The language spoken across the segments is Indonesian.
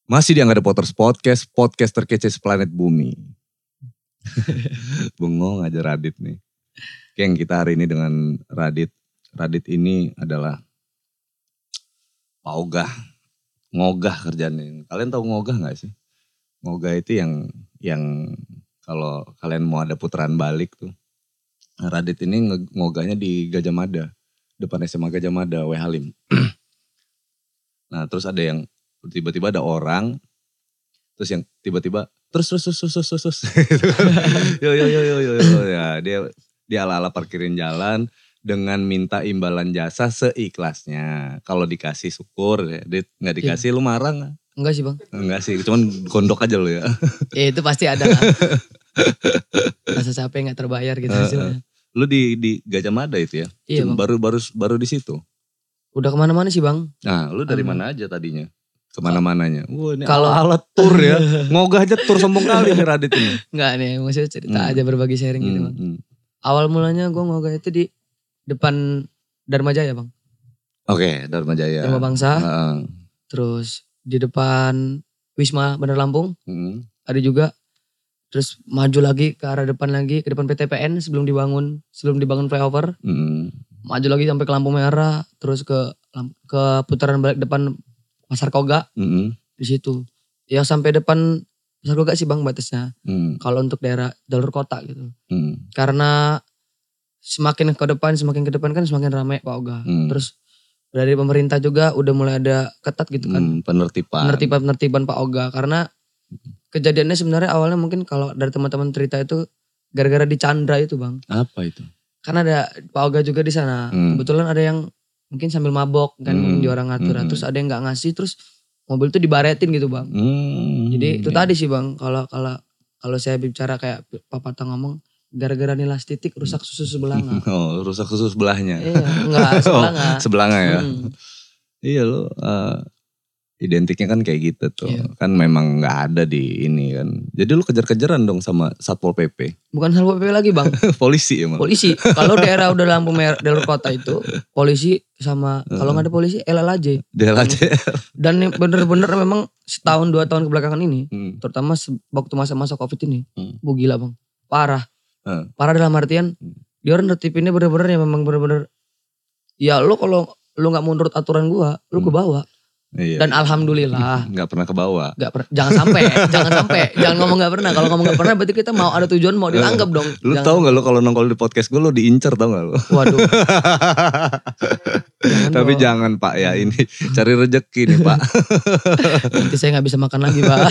Masih di Angga The Potters Podcast, podcast terkece seplanet bumi. Bengong aja Radit nih. Geng, kita hari ini dengan Radit. Radit ini adalah Pak Ogah. Ngogah kerjaannya. Kalian tahu ngogah gak sih? Ngogah itu yang kalau kalian mau ada putaran balik tuh. Radit ini ngogahnya di Gajah Mada. Depan SMA Gajah Mada, W Halim. Nah terus ada yang tiba-tiba ada orang, terus yang tiba-tiba terus yo ya dia ala-ala parkirin jalan dengan minta imbalan jasa seikhlasnya. Kalau dikasih syukur, ya. Nggak dikasih lu marah nggak? Enggak sih bang. Enggak sih, cuman gondok aja lu ya. Ya itu pasti ada lah. Rasa capek nggak terbayar gitu. Lu di Gajah Mada itu ya? Iya bang. Baru di situ. Udah kemana-mana sih bang. Nah lu dari mana aja tadinya? Kemana-mananya. Wah ini Kalau alat tur ya. Ngogah aja tur sombong kali nih Radit ini. Enggak nih, maksudnya cerita aja berbagi sharing gitu bang. Awal mulanya gue ngogah itu di depan Dharma Jaya bang. Oke, Dharma Jaya. Dharma Bangsa. Terus di depan Wisma Bandar Lampung. Ada juga. Terus maju lagi ke arah depan lagi, ke depan PTPN sebelum dibangun flyover. Maju lagi sampai ke lampu merah, terus ke putaran balik depan Pasar Koga. Di situ. Yang sampai depan Pasar Koga sih bang batasnya. Kalau untuk daerah jalur kota gitu. Karena semakin ke depan kan semakin ramai Pak Oga. Terus dari pemerintah juga udah mulai ada ketat gitu kan. Penertiban Pak Oga. Karena kejadiannya sebenarnya awalnya mungkin kalau dari teman-teman cerita itu gara-gara di Chandra itu bang. Apa itu? Karena ada Pak Oga juga di sana. Kebetulan ada yang mungkin sambil mabok kan di orang ngatur. Terus ada yang gak ngasih terus mobil tuh dibaretin gitu bang. Jadi itu tadi sih bang. Kalau saya bicara kayak Papa Tang ngomong. Gara-gara nilas titik rusak susu sebelanga. Oh rusak susu sebelahnya. Iya enggak sebelanga. Sebelanga ya. Iya lo identiknya kan kayak gitu tuh. Iya. Kan memang gak ada di ini kan. Jadi lu kejar-kejaran dong sama Satpol PP. Bukan Satpol PP lagi bang. Polisi emang. Polisi. Kalau daerah udah lampu merah jalur kota itu. Polisi sama kalau gak ada polisi LLAJ. Dan bener-bener memang setahun 2 tahun kebelakangan ini. Terutama waktu masa-masa Covid ini. Gila bang. Parah dalam artian. Dia orang tertipinnya bener-bener ya memang bener-bener. Ya lu kalau lu gak menurut aturan gua. Lu kebawa. Iya, dan alhamdulillah nggak pernah ke bawah. Jangan sampai jangan ngomong nggak pernah. Kalau ngomong nggak pernah berarti kita mau ada tujuan mau ditangkap dong. Lu tahu nggak lu kalau nongol di podcast gue lu diincer tau nggak lu? Waduh. Tapi jangan Pak ya, ini cari rezeki nih Pak. Nanti saya nggak bisa makan lagi Pak.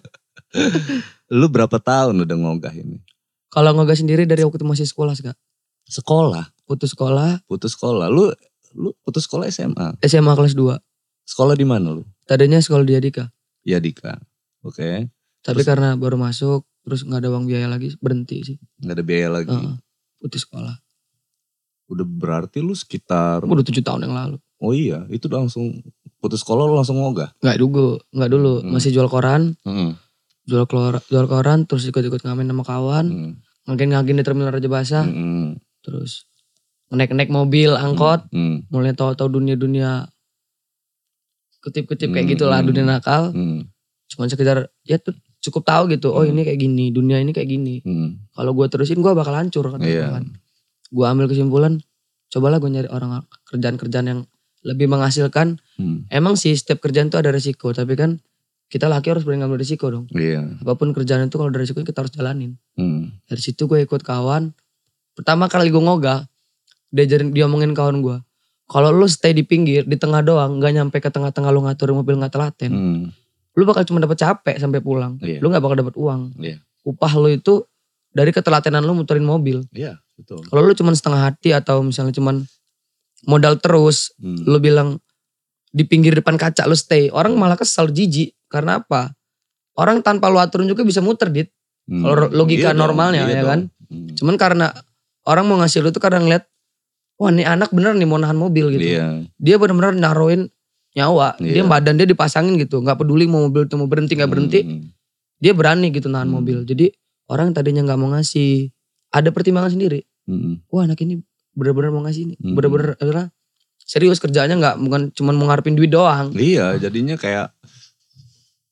Lu berapa tahun udah ngogah ini? Kalau ngogah sendiri dari waktu masih sekolah Kak. Sekolah? Putus sekolah. Lu putus sekolah SMA? SMA kelas 2. Sekolah di mana lu? Tadinya sekolah di Yadika. Yadika, oke. Tapi karena baru masuk, terus gak ada uang biaya lagi, berhenti sih. Gak ada biaya lagi? Putus sekolah. Udah berarti lu sekitar... Udah 7 tahun yang lalu. Oh iya, itu langsung putus sekolah lu langsung ngogah? Gak dulu. Masih jual koran. Jual koran, terus ikut-ikut ngamen sama kawan. Ngagin di Terminal Raja Basah. Terus naik mobil, angkot. Mulai tahu-tahu dunia kutip-kutip kayak gitulah dunia nakal. Cuman sekedar ya tuh cukup tahu gitu. Oh ini kayak gini, dunia ini kayak gini. Kalau gue terusin gue bakal hancur kan. Gue ambil kesimpulan, cobalah gue nyari orang kerjaan-kerjaan yang lebih menghasilkan. Emang sih setiap kerjaan tuh ada resiko, tapi kan kita laki harus berani ngambil resiko dong. Apapun kerjaan itu kalau ada resiko kita harus jalanin. Dari situ gue ikut kawan. Pertama kali gue ngogah, dia omongin kawan gue. Kalau lu stay di pinggir, di tengah doang, gak nyampe ke tengah-tengah lu ngatur mobil gak telaten. Lu bakal cuma dapet capek sampai pulang. Lu gak bakal dapet uang. Upah lu itu dari ketelatenan lu muterin mobil. Betul. Kalau lu cuma setengah hati atau misalnya cuma modal terus, lu bilang di pinggir depan kaca lu stay. Orang malah kesal, jijik. Karena apa? Orang tanpa lu aturin juga bisa muter dit. Kalau logika normalnya ya kan. Cuman karena orang mau ngasih lu tuh kadang ngeliat, wah ini anak bener nih mau nahan mobil gitu. Dia bener-bener naruhin nyawa. Dia badan dia dipasangin gitu. Gak peduli mau mobil itu mau berhenti gak berhenti. Dia berani gitu nahan mobil. Jadi orang tadinya gak mau ngasih. Ada pertimbangan sendiri. Wah anak ini bener-bener mau ngasih nih. Bener-bener serius kerjanya gak bukan cuma mau ngarepin duit doang. Iya jadinya kayak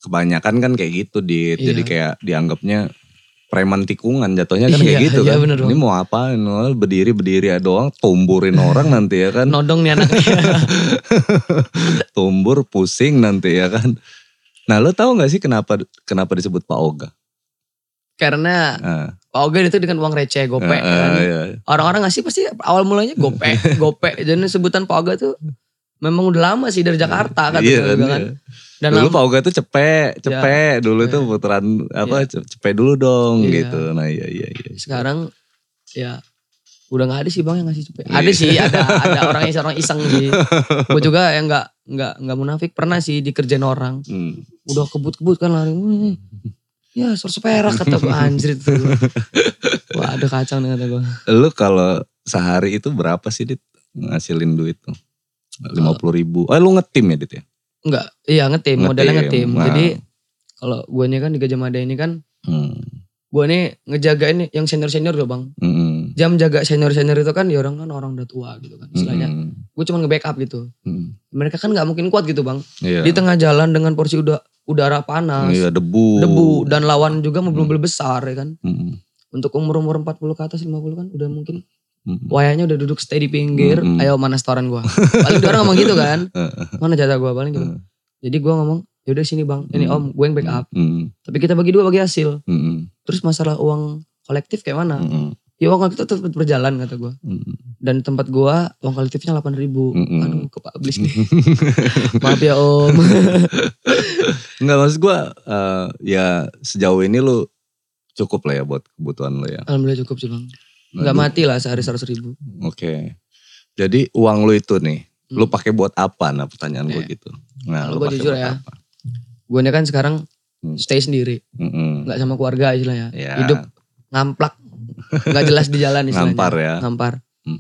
kebanyakan kan kayak gitu Iya. Jadi kayak dianggapnya preman tikungan jatuhnya kan kayak gitu kan. Bener, ini mau apa? Berdiri doang, tumburin orang nanti ya kan. Nodong nih anaknya. Tumbur pusing nanti ya kan. Nah lo tahu gak sih kenapa disebut Pak Oga? Karena Pak Oga itu dengan uang receh, gope kan. Iya. Orang-orang ngasih pasti awal mulanya gope. Jadi sebutan Pak Oga tuh memang udah lama sih dari Jakarta kan. Iya kan. Kan. Dan dulu Pak Oga tuh cepet dulu tuh putaran cepet dulu dong gitu. Nah iya. Sekarang ya udah nggak ada sih bang yang ngasih cepet. Ada sih, ada orang iseng sih. Gue juga yang nggak munafik pernah sih dikerjain orang. Udah kebut kan lari. Ya 100 perak kata gue, anjir itu. Wah ada kacang nih kata gue. Lu kalau sehari itu berapa sih Dit ngasilin duit tuh? 50.000. Lu ngetim ya Dit ya? Enggak, iya ngetim, modalnya ngetim. Wow. Jadi kalau gue ini kan di Gajah Mada ini kan, gue ini ngejagain yang senior loh bang. Jam jaga senior itu kan ya orang udah tua gitu kan. Istilahnya gue cuma nge-backup gitu. Mereka kan gak mungkin kuat gitu bang. Di tengah jalan dengan porsi udara panas. Iya, debu. Dan lawan juga mobil-mobil besar ya kan. Untuk umur 40 ke atas 50 kan udah mungkin. Wayanya udah duduk stay di pinggir, ayo mana setoran gue. Paling dia orang ngomong gitu kan, mana jatah gue paling gitu. Jadi gue ngomong, yaudah sini bang, ini om gue yang backup. Tapi kita bagi 2 bagi hasil. Terus masalah uang kolektif kayak mana? Ya uang kolektif tetap berjalan kata gue. Dan tempat gue uang kolektifnya 8.000. Aduh kepublish nih. Maaf ya om. Enggak maksud gue, ya sejauh ini lu cukup lah ya buat kebutuhan lu ya. Alhamdulillah cukup sih bang. Gak mati lah sehari 100.000. Oke. Jadi uang lu itu nih, lu pakai buat apa? Nah pertanyaan gue gitu. Nah lu gue jujur ya, gue ini kan sekarang stay sendiri. Gak sama keluarga istilahnya. Hidup ngamplak. Gak jelas di jalan istilahnya. Ngampar.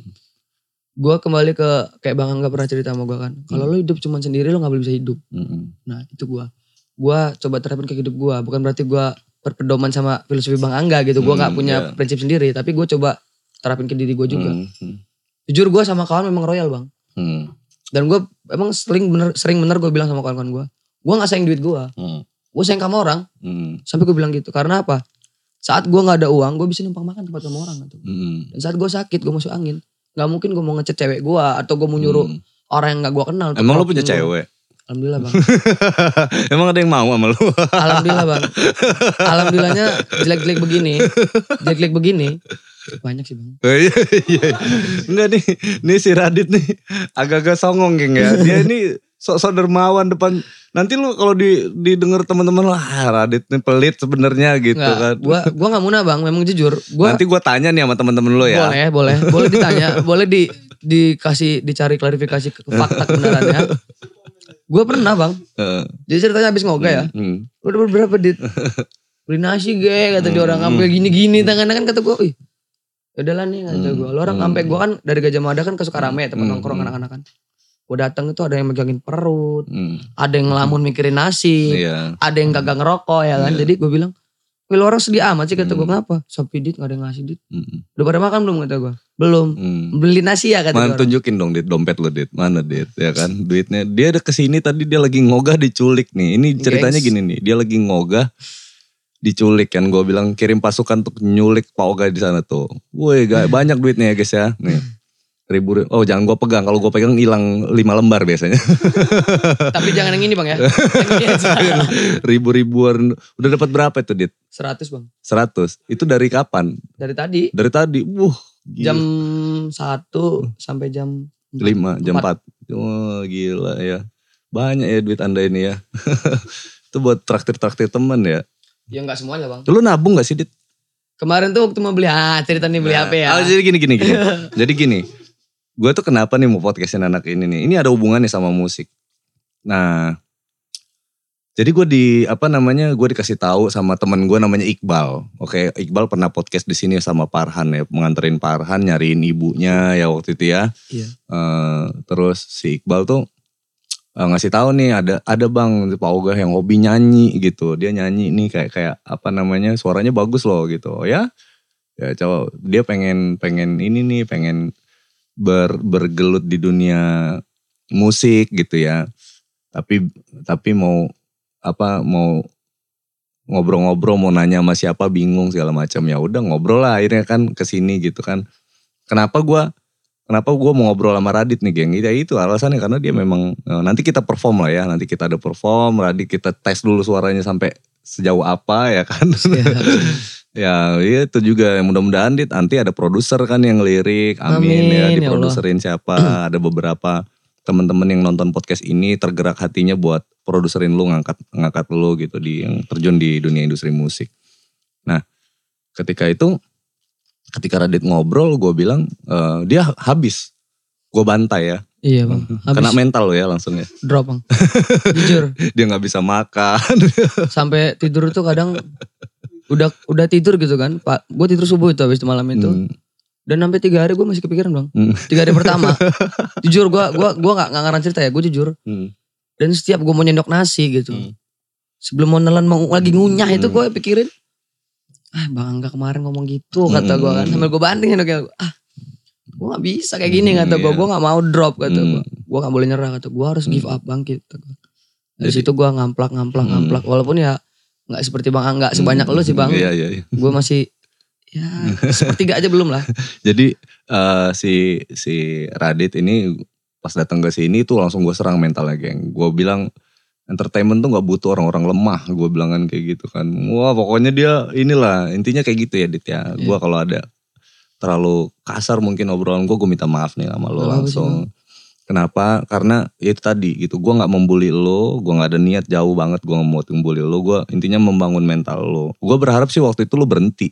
Gue kembali ke, kayak Bang Angga pernah cerita sama gue kan. Kalau lu hidup cuma sendiri lu gak boleh bisa hidup. Nah itu gue. Gue coba terapin ke hidup gue. Bukan berarti gue berpedoman sama filosofi Bang Angga gitu. Gue gak punya prinsip sendiri. Tapi gue coba terapin ke diri gue juga. Jujur gue sama kawan memang royal bang. Dan gue emang sering bener gue bilang sama kawan-kawan gue. Gue gak sayang duit gue. Gue sayang sama orang. Sampai gue bilang gitu. Karena apa? Saat gue gak ada uang, gue bisa numpang makan tempat sama orang. Gitu. Dan saat gue sakit, gue masuk angin. Gak mungkin gue mau ngechat cewek gue. Atau gue mau nyuruh orang yang gak gue kenal. Emang lu punya cewek? Alhamdulillah bang. Emang ada yang mau sama lu? Alhamdulillah bang. Alhamdulillahnya jelek-jelek begini. Banyak sih bang. Iya. Enggak nih si Radit nih agak-agak songong geng ya. Dia ini sok-sok dermawan depan. Nanti lu kalau didengar teman-teman lah Radit nih pelit sebenarnya gitu kan. Gua enggak munah bang, memang jujur. Nanti gua tanya nih sama teman-teman lu ya. Boleh ditanya, boleh dicari klarifikasi ke fakta kebenarannya. Gue pernah bang. Jadi ceritanya habis ngoga ya. Udah berapa dit? Beli nasi kata dia orang sampai gini-gini tangannya kan kata gue, "Ih, udahlah nih," kata gue. Lo orang sampai gue kan dari Gajah Mada kan ke Sukarame tempat nongkrong anak-anak kan. Gue datang itu ada yang megangin perut, ada yang ngelamun mikirin nasi, ada yang kagak ngerokok ya kan. Jadi gue bilang, "Wih, lo orang sedih amat sih," kata gue. "Kenapa?" "Sepi dit, gak ada yang ngasih dit." "Udah pada makan belum?" kata gue. "Belum." "Beli nasi ya," kata gue. Mana tunjukin dong dit dompet lo dit. Mana dit ya kan duitnya. Dia ada kesini tadi dia lagi ngogah diculik nih. Ini ceritanya gini nih. Dia lagi ngogah diculik kan. Gue bilang kirim pasukan untuk nyulik Pak Oga di sana tuh. Woi banyak duitnya ya guys ya. Nih. Oh jangan gue pegang. Kalau gue pegang hilang 5 lembar biasanya. Tapi jangan yang ini bang ya. Ribu-ribuan. Udah dapat berapa itu dit? 100 bang. 100. Itu dari kapan? Dari tadi. Gila. Jam 1 sampai jam 5, jam 4. Oh gila ya. Banyak ya duit anda ini ya. Itu buat traktir temen ya. Ya gak semuanya bang. Lu nabung gak sih dit? Kemarin tuh waktu mau beli cerita nih beli HP ya. Jadi gini. Jadi gini. Gue tuh kenapa nih mau podcastin anak ini nih. Ini ada hubungannya sama musik. Nah. Jadi gue gue dikasih tahu sama temen gue namanya Iqbal. Oke, Iqbal pernah podcast di sini sama Farhan ya, menganterin Farhan nyariin ibunya ya waktu itu ya. Iya. Terus si Iqbal tuh ngasih tahu nih ada bang Pak Oga yang hobi nyanyi gitu. Dia nyanyi nih kayak suaranya bagus loh gitu. Ya coba dia pengen ini nih pengen bergelut di dunia musik gitu ya. Tapi mau mau ngobrol-ngobrol, mau nanya sama siapa, bingung segala macam. Ya udah ngobrol lah akhirnya kan kesini gitu kan. Kenapa gue mau ngobrol sama Radit nih geng? Ya itu alasannya karena dia memang nanti kita perform lah ya. Nanti kita ada perform, Radit kita tes dulu suaranya sampai sejauh apa ya kan. Ya itu juga mudah-mudahan Dit nanti ada produser kan yang lirik. Amin ya diproduserin siapa. Ada beberapa teman-teman yang nonton podcast ini tergerak hatinya buat produserin lu, ngangkat lu gitu yang terjun di dunia industri musik. Nah ketika Radit ngobrol gue bilang dia habis. Gue bantai ya. Iya bang. Kena mental lo ya langsung ya. Drop bang. Jujur. Dia gak bisa makan. Sampai tidur tuh kadang udah tidur gitu kan. Pak, gue tidur subuh itu habis malam itu. Dan sampai 3 hari gue masih kepikiran bang. 3 hari pertama. Jujur gue gak ngarang cerita ya, gue jujur. Dan setiap gue mau nyendok nasi gitu. Sebelum mau nelan lagi ngunyah itu gue pikirin. Bang Angga kemarin ngomong gitu kata gue kan. Sambil gue bandingin kayak gue gak bisa kayak gini kata gue. Gue gak mau drop kata gue. Gue gak boleh nyerah kata gue, harus give up bangkit kata gue. Dari situ gue ngamplak. Walaupun ya gak seperti Bang Angga sebanyak lu sih bang. Iya. Gue masih ya sepertiga aja belum lah. Jadi si Radit ini pas datang ke sini tuh langsung gue serang mentalnya geng. Gue bilang entertainment tuh gak butuh orang-orang lemah. Gue bilang kan kayak gitu kan. Wah pokoknya dia inilah intinya kayak gitu ya Dit ya. Gue kalau ada terlalu kasar mungkin obrolan gue minta maaf nih sama lo langsung. Kenapa? Karena ya itu tadi gitu. Gue gak membuli lo. Gue gak ada niat jauh banget. Gue gak mau membuli lo. Gue intinya membangun mental lo. Gue berharap sih waktu itu lo berhenti.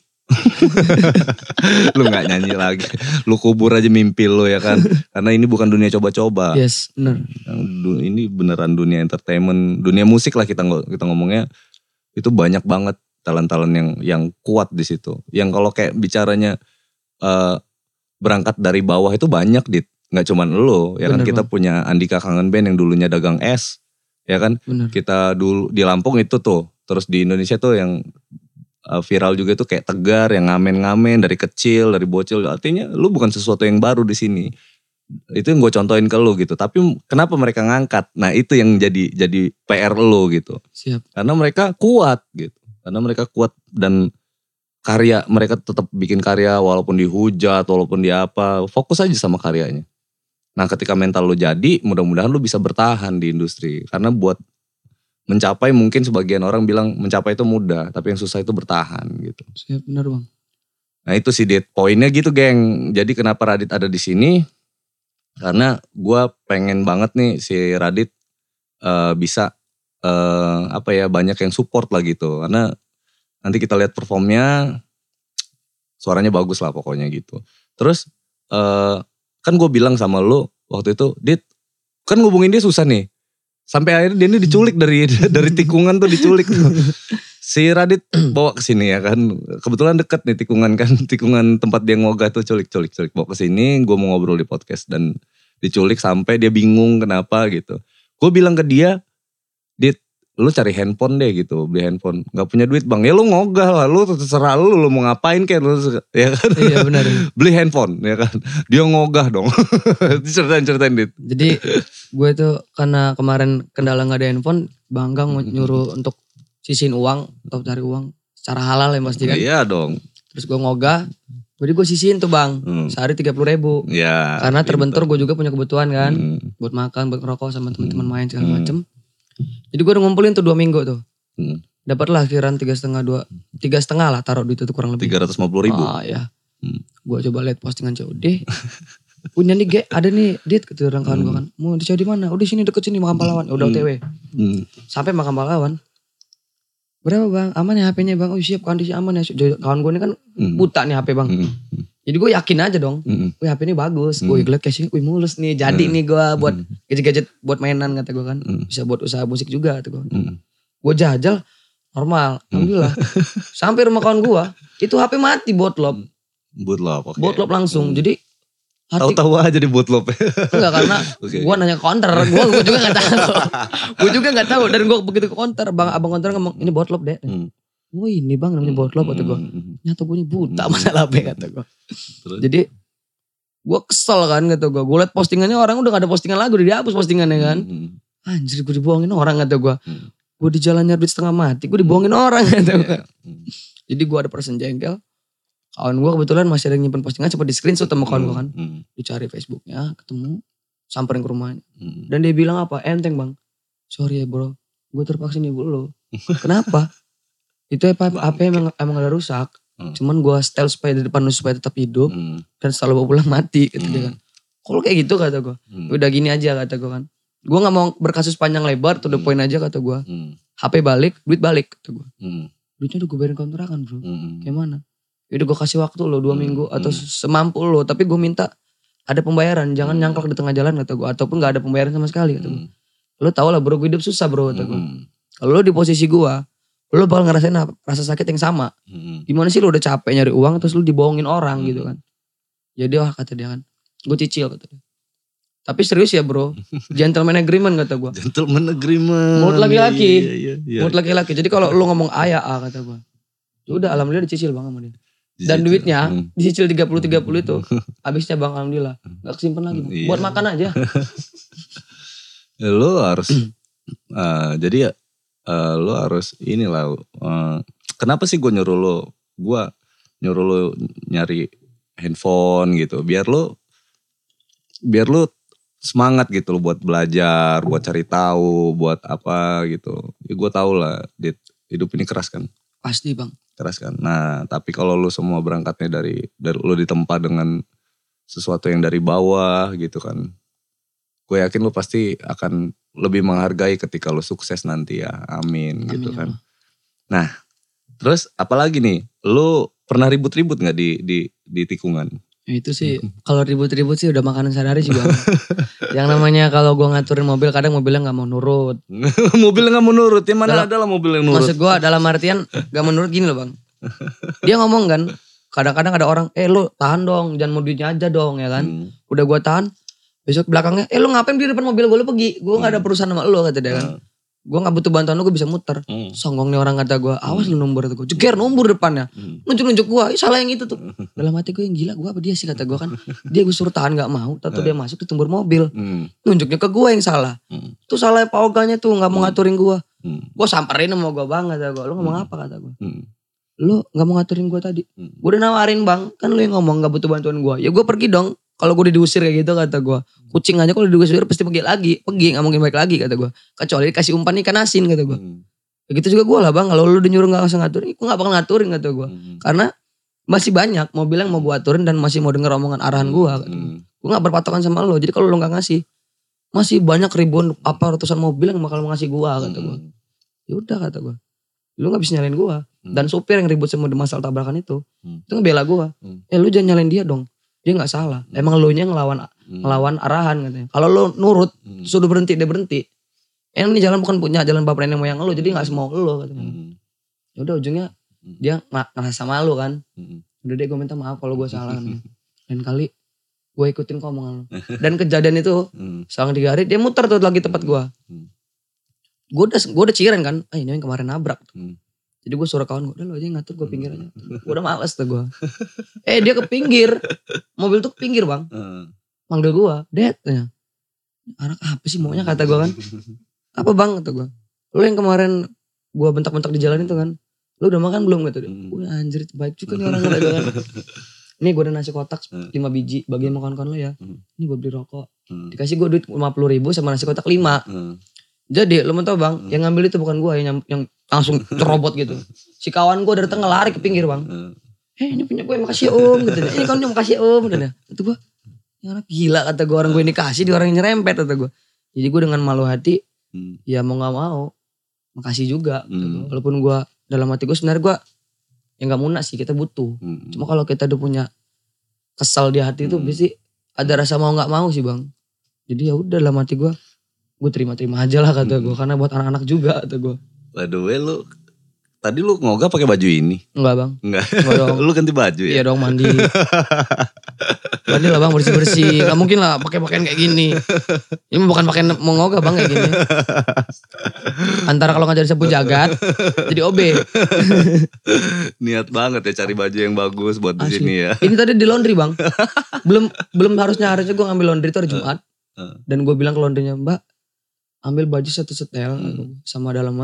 Lu gak nyanyi lagi. Lu kubur aja mimpi lu ya kan. Karena ini bukan dunia coba-coba. Yes benar. Ini beneran dunia entertainment. Dunia musik lah kita ngomongnya. Itu banyak banget talent-talent yang kuat di situ. Yang kalau kayak bicaranya berangkat dari bawah itu banyak Dit. Gak cuman lu ya bener, kan. Kita punya Andika Kangen Band yang dulunya dagang es. Ya kan. Bener. Kita dulu di Lampung itu tuh. Terus di Indonesia tuh yang viral juga tuh kayak Tegar yang ngamen-ngamen dari kecil, dari bocil. Artinya lu bukan sesuatu yang baru di sini. Itu yang gue contohin ke lu gitu. Tapi kenapa mereka ngangkat? Nah itu yang jadi PR lu gitu. Siap. Karena mereka kuat gitu. Karena mereka kuat dan karya mereka tetap bikin karya walaupun dihujat, walaupun di apa. Fokus aja sama karyanya. Nah ketika mental lu jadi, mudah-mudahan lu bisa bertahan di industri. Karena buat mencapai mungkin sebagian orang bilang mencapai itu mudah, tapi yang susah itu bertahan gitu. Siap benar bang. Nah itu sih Dit, poinnya gitu geng. Jadi kenapa Radit ada di sini? Karena gue pengen banget nih si Radit bisa banyak yang support lah gitu. Karena nanti kita lihat performnya, suaranya bagus lah pokoknya gitu. Terus kan gue bilang sama lu waktu itu, Dit kan ngubungin dia susah nih. Sampai akhirnya dia ini diculik dari tikungan tuh diculik tuh. Si Radit bawa ke sini ya kan. Kebetulan deket nih tikungan kan. Tikungan tempat dia ngogah tuh culik. Bawa ke sini, gue mau ngobrol di podcast dan diculik sampai dia bingung kenapa gitu. Gue bilang ke dia, Dit, lu cari handphone deh gitu, beli handphone. Gak punya duit bang, ya lu ngogah lah, lu terserah lu mau ngapain kayak lu, ya kan. Iya benar. Beli handphone, ya kan. Dia ngogah dong. Ceritain Dit. Jadi gue tuh karena kemarin kendala gak ada handphone, Bang Gang nyuruh untuk sisihin uang atau cari uang secara halal ya pasti kan. Iya dong. Terus gue ngogah, jadi gue sisihin tuh bang, sehari 30.000. Iya. Karena terbentur gue juga punya kebutuhan kan, buat makan, buat ngerokok sama teman-teman main segala macem. Jadi gue udah ngumpulin tuh 2 minggu tuh. Dapatlah akhiran 3,5 lah taruh duit itu kurang lebih. 350.000. Ya. Gue coba lihat postingan COD. Punya nih ada nih Dit kata orang kawan gue kan. Mau di COD mana? Oh di sini deket sini Makam Pahlawan. Udah OTW. Sampai Makam Pahlawan. Berapa bang? Aman ya HP-nya bang? Oh siap kondisi aman ya. Kawan gue ini kan buta nih HP bang. Jadi gue yakin aja dong. Wih HP ini bagus. Gue liat casing, wih mulus nih. Jadi nih gue buat gadget-gadget buat mainan kata gue kan. Bisa buat usaha musik juga kata gue. Gue jajal normal. Alhamdulillah. Sampai rumah kawan gue. Itu HP mati botlop. Botlop, oke. Botlop langsung. Jadi tahu-tahu aja di botlop. Enggak karena gue nanya ke counter. Gue juga gak tahu. Gue juga gak tahu. Dan gue begitu ke counter. Abang counter ngomong ini botlop deh. Oh ini bang namanya botlop kata gue. Nyata gue ini buta masalah HP kata gue. Jadi gue kesel kan kata gue. Gue liat postingannya orang udah gak ada postingan lagi. Udah dihapus postingannya kan. Anjir gue dibohongin orang kata gue. Gue di jalan nyari duit setengah mati, gue dibohongin orang kata gue. Jadi gue ada persen jengkel. Kawan gue kebetulan masih ada yang nyimpen postingan, cepet di screenshot sama kawan gue kan. Dicari Facebooknya, ketemu, samperin ke rumahnya. Dan dia bilang apa? Enteng bang, sorry ya bro, gue terpaksa nipu lo. Kenapa? Itu apa emang ada rusak. Cuman gue setel supaya di depan lu supaya tetap hidup. Dan setelah bawa pulang mati kata dia kan. Kalau kayak gitu kata gue, udah gini aja kata gue kan. Gue gak mau berkasus panjang lebar, to the point aja kata gue. HP balik, duit balik kata gue. Duitnya udah gue bayarin kontrakan bro. Kayak mana? Udah gue kasih waktu lo 2 minggu atau semampu lo. Tapi gue minta ada pembayaran. Jangan nyangklak di tengah jalan kata gue. Ataupun gak ada pembayaran sama sekali kata gue. Lo tau lah bro, gue hidup susah bro kata gue. Kalau lo di posisi gue, lo bakal ngerasain rasa sakit yang sama. Gimana sih lo udah capek nyari uang terus lo dibohongin orang gitu kan. Jadi kata dia kan, gue cicil kata dia. Tapi serius ya bro, gentleman agreement kata gue. Gentleman agreement. Menurut laki-laki. Menurut laki-laki. Jadi kalau lu ngomong A ya A kata gue. Udah alhamdulillah dicicil bang sama dia. Dan duitnya dicicil 30-30 itu. Habisnya bang alhamdulillah. Gak kesimpan lagi. Buat makan aja. Lu harus, jadi ya lu harus inilah. Kenapa sih gue nyuruh lu nyari handphone gitu. Biar lu semangat gitu loh buat belajar, buat cari tahu, buat apa gitu. Ya gue tau lah, hidup ini keras kan. Pasti bang. Keras kan. Nah tapi kalau lu semua berangkatnya dari lu ditempa dengan sesuatu yang dari bawah gitu kan. Gue yakin lu pasti akan lebih menghargai ketika lu sukses nanti ya. Amin gitu kan. Nah terus apalagi nih, lu pernah ribut-ribut gak di tikungan? Itu sih kalau ribut-ribut sih udah makanan sehari-hari sih bang. Yang namanya kalau gue ngaturin mobil kadang mobilnya gak mau nurut. Mobilnya gak mau nurut, ya mana adalah mobil yang nurut. Maksud gue dalam artian gak menurut gini loh bang. Dia ngomong kan, kadang-kadang ada orang, lu tahan dong, jangan mau duitnya aja dong ya kan. Udah gue tahan, besok belakangnya, lu ngapain di depan mobil gue, lu pergi. Gue gak ada perusahaan sama lu kata dia kan. Gue gak butuh bantuan lu, gue bisa muter. Songong nih orang kata gue, awas lu numbur kata gue. Jeger numbur depannya. Nunjuk-nunjuk gue, salah yang itu tuh. Dalam hati gue yang gila, gue apa dia sih kata gue kan. Dia gue suruh tahan gak mau, tato dia masuk di tumbur mobil. Nunjuknya ke gue yang salah. Itu salah Pak Oganya tuh, gak mau ngaturin gue. Gue samperin sama gue bang kata gue. Lu ngomong apa kata gue. Lu gak mau ngaturin gue tadi. Gue udah nawarin bang, kan lu yang ngomong gak butuh bantuan gue. Ya gue pergi dong. Kalau gue diusir kayak gitu kata gue. Kucing aja kalau diusir pasti pergi gak mungkin balik lagi kata gue. Kecuali dikasih umpan ikan asin kata gue. Begitu juga gue lah bang, kalau lu udah nyuruh gak usah ngaturin, gue gak bakal ngaturin kata gue. Karena masih banyak mobil yang mau gue aturin dan masih mau denger omongan arahan gue. Gue gak berpatokan sama lu, jadi kalau lu gak ngasih, masih banyak ribuan apa ratusan mobil yang bakal ngasih gue kata gue. Yaudah kata gue, lu gak bisa nyalain gue. Dan supir yang ribut sama masalah tabrakan itu ngebela gue. Lu jangan nyalain dia dong. Dia gak salah. Emang lu nya ngelawan arahan katanya. Kalau lu nurut, suruh berhenti, dia berhenti. Ini jalan bukan punya, jalan bapak nenek moyang lu. Jadi gak semau lu katanya. Yaudah ujungnya dia ngerasa malu kan. Udah deh gue minta maaf kalau gue salah. Lain kali gue ikutin omongan lu. Dan kejadian itu selang 3 hari dia muter tuh lagi tempat gue. Gue udah ciren kan. Ini yang kemarin nabrak. Jadi gue suruh kawan gue, udah lo aja ngatur, gue pinggir aja. Gue udah males tuh gue. Dia ke pinggir. Mobil tuh ke pinggir bang. Manggil gue, Dad. Anak apa sih maunya kata gue kan. Apa bang kata gue. Lo yang kemarin gue bentak-bentak di jalan itu kan. Lo udah makan belum kata dia. Gue anjir baik juga nih orang kata gue kan. Ini gue udah nasi kotak 5 biji. Bagian makan lo ya. Ini gue beli rokok. Dikasih gue duit 50.000 sama nasi kotak 5. Jadi lo mau tau bang, yang ngambil itu bukan gue yang langsung cerobot gitu. Si kawan gue dari tengah lari ke pinggir bang. Ini punya gue, makasih om gitu. Ini kawan makasih om gitu. Itu gue, ini anak gila kata gue, orang gue dikasih, di orang yang nyerempet kata gue. Jadi gue dengan malu hati, ya mau gak mau, makasih juga. Gitu. Walaupun gue dalam hati gue sebenarnya gue, ya gak munak sih, kita butuh. Cuma kalau kita udah punya kesal di hati itu, pasti ada rasa mau gak mau sih bang. Jadi ya udah dalam hati gue terima-terima aja lah kata gue. Karena buat anak-anak juga kata gue. Waduh tadi lu ngogah pakai baju ini? Enggak bang. Enggak dong. Lu ganti baju ya? Iya dong mandi. Mandi lah bang, bersih-bersih. Gak mungkin lah pakai pakaian kayak gini. Ini bukan pakaian mau ngogah bang kayak gini. Antara kalau gak jadi sapu jagat, jadi OB. Niat banget ya cari baju yang bagus buat di sini ya. Ini tadi di laundry bang. Belum harusnya gue ngambil laundry itu hari Jumat. Dan gue bilang ke laundrynya, Mbak, ambil baju 1 setel sama dalaman,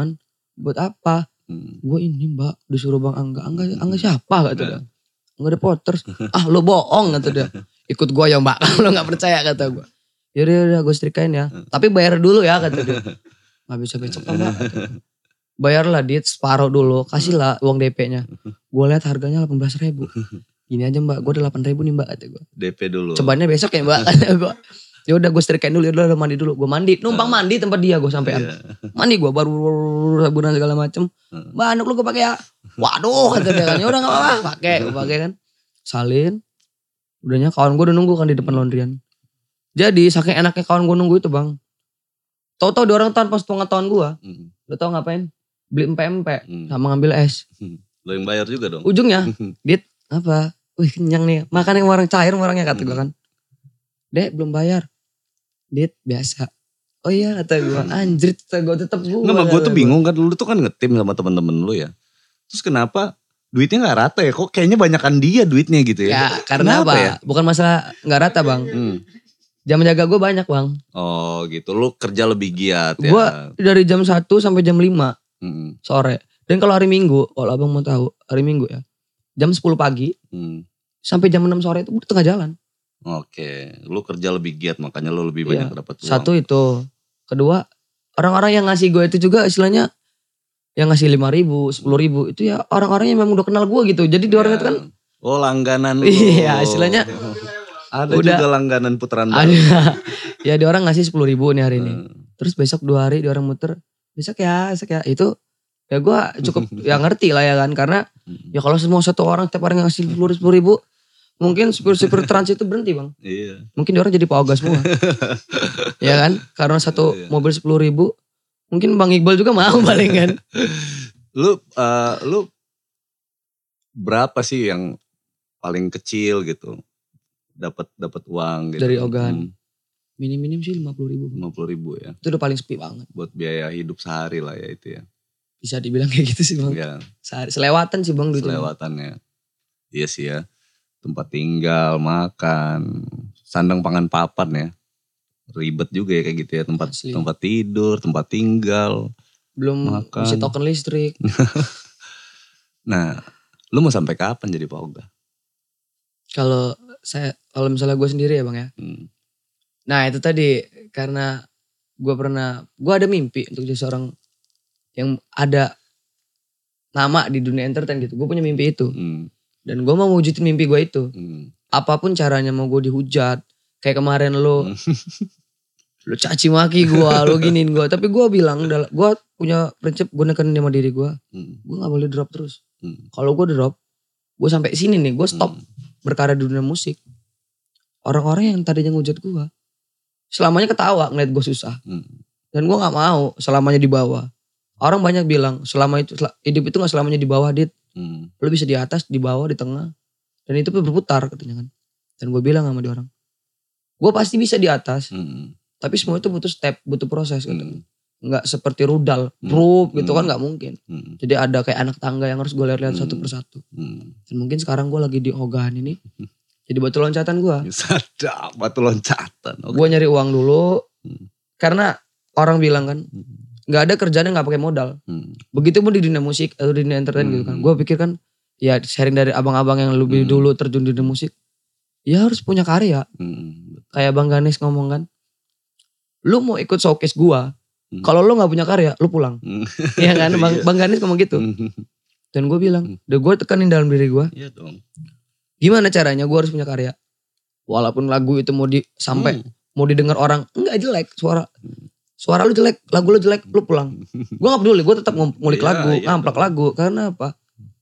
Buat apa? Gue ini mbak disuruh bang Angga siapa kata dia. Enggak ada Potters. Lo bohong kata dia. Ikut gue ya mbak kalau gak percaya kata gue. Yaudah gue setrikain ya. Tapi bayar dulu ya kata dia. Gak bisa besok mbak. Bayarlah Dit separuh dulu. Kasihlah uang DP-nya. Gue lihat harganya 18.000. Gini aja mbak, gue udah 8.000 nih mbak kata gue. DP dulu. Cobanya besok ya mbak kata gue. Ya udah gue setrikain dulu, udah mandi dulu. Gue mandi, numpang mandi tempat dia gue sampean. Mandi gue baru sabunan segala macem. Mbak anduk lu gue pakai ya. Waduh kata dia kan. Ya udah enggak apa-apa, gue pakai kan. Salin. Udahnya kawan gue udah nunggu kan di depan laundryan. Jadi saking enaknya kawan gue nunggu itu bang. Tahu-tahu dia orang tanpa sepengetahuan gue. Lo tau ngapain? Beli empek-empek sama ngambil es. Lo yang bayar juga dong. Ujungnya, Dit apa? Wih kenyang nih. Makan yang orang cair orangnya kata gue kan. Dek belum bayar. Dit biasa. Oh iya kata gue. Anjrit kata gue tetep gue. Nggak, gue tuh bingung kan. Lu tuh kan ngetim sama temen-temen lu ya. Terus kenapa duitnya gak rata ya? Kok kayaknya banyakan dia duitnya gitu ya. Ya karena apa? Ya? Bukan masalah gak rata bang. Jam jaga gue banyak bang. Oh gitu. Lu kerja lebih giat ya. Gue dari jam 1 sampai jam 5 sore. Dan kalau hari Minggu. Kalau abang mau tahu. Hari Minggu ya. Jam 10 pagi. Sampai jam 6 sore itu gue tengah jalan. Oke. Lu kerja lebih giat. Makanya lu lebih banyak dapat uang. Satu itu. Kedua. Orang-orang yang ngasih gue itu juga istilahnya. Yang ngasih 5.000, 10.000. Itu ya orang-orang yang memang udah kenal gue gitu. Jadi di orang itu kan. Oh langganan lu. Iya istilahnya. Ada udah, juga langganan putaran baru. Ya di orang ngasih 10.000 nih hari ini. Terus besok 2 hari di orang muter. Besok ya. Itu ya gue cukup ya ngerti lah ya kan. Karena ya kalau semua satu orang setiap orang ngasih 10.000. Mungkin supir trans itu berhenti bang. Iya. Mungkin dia orang jadi pauga semua. Ya kan. Karena satu mobil 10.000. Mungkin Bang Iqbal juga mau paling kan. Lu berapa sih yang paling kecil gitu? Dapat uang gitu. Dari ogahan. Minim sih 50.000. 50.000 ya. Itu udah paling sepi banget. Buat biaya hidup sehari lah ya itu ya. Bisa dibilang kayak gitu sih bang. Ya. Sehari, selewatan sih bang. Selewatannya. Iya sih ya. Tempat tinggal, makan, sandang pangan papan ya. Ribet juga ya kayak gitu ya. Tempat tidur, tempat tinggal. Belum makan. Isi token listrik. Nah, lu mau sampai kapan jadi pauga? Kalau misalnya gue sendiri ya bang ya. Nah itu tadi karena gue ada mimpi untuk jadi seorang yang ada nama di dunia entertain gitu. Gue punya mimpi itu. Dan gue mau wujudin mimpi gue itu. Apapun caranya mau gue dihujat. Kayak kemarin lo caci maki gue, lo giniin gue. Tapi gue bilang, gue punya prinsip gue nekenin sama diri gue. Gue gak boleh drop terus. Kalau gue drop, gue sampai sini nih, gue stop berkarya di dunia musik. Orang-orang yang tadinya ngujat gue, selamanya ketawa ngeliat gue susah. Dan gue gak mau selamanya di bawah. Orang banyak bilang, hidup itu gak selamanya di bawah, Dit. Lo bisa di atas, di bawah, di tengah. Dan itu berputar katanya kan. Dan gue bilang sama dia orang, gue pasti bisa di atas. Tapi semua itu butuh step, butuh proses katanya. Nggak seperti rudal, gitu kan gak mungkin. Jadi ada kayak anak tangga yang harus gue lihat satu persatu. Dan mungkin sekarang gue lagi di ogahan ini. Jadi batu loncatan gue. Sadap, batu loncatan. Okay. Gue nyari uang dulu. Karena orang bilang kan, gak ada kerjaan yang gak pakai modal. Begitupun di dunia musik atau di dunia entertain gitu kan. Gue pikir kan, ya sharing dari abang-abang yang lebih dulu terjun di dunia musik. Ya harus punya karya. Kayak Bang Ganes ngomong kan, lu mau ikut showcase gue, kalau lu gak punya karya, lu pulang. Iya kan, Bang Ganes ngomong gitu. Dan gue bilang, gue tekanin dalam diri gue. Iya dong. Gimana caranya gue harus punya karya? Walaupun lagu itu mau didengar orang, enggak jelek suara lu jelek, lagu lu jelek, lu pulang. Gue gak peduli, gue tetap ngulik lagu, ngamplak lagu. Karena apa?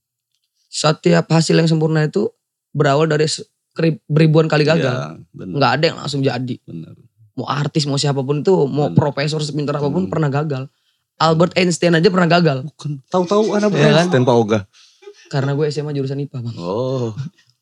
Setiap hasil yang sempurna itu berawal dari beribuan kali gagal. Gak ada yang langsung jadi. Bener. Mau artis, mau siapapun itu, mau profesor sepintar apapun pernah gagal. Albert Einstein aja pernah gagal. Bukan. Tahu-tahu anak Einstein Pak Oga. Karena gue SMA jurusan IPA bang. Oh.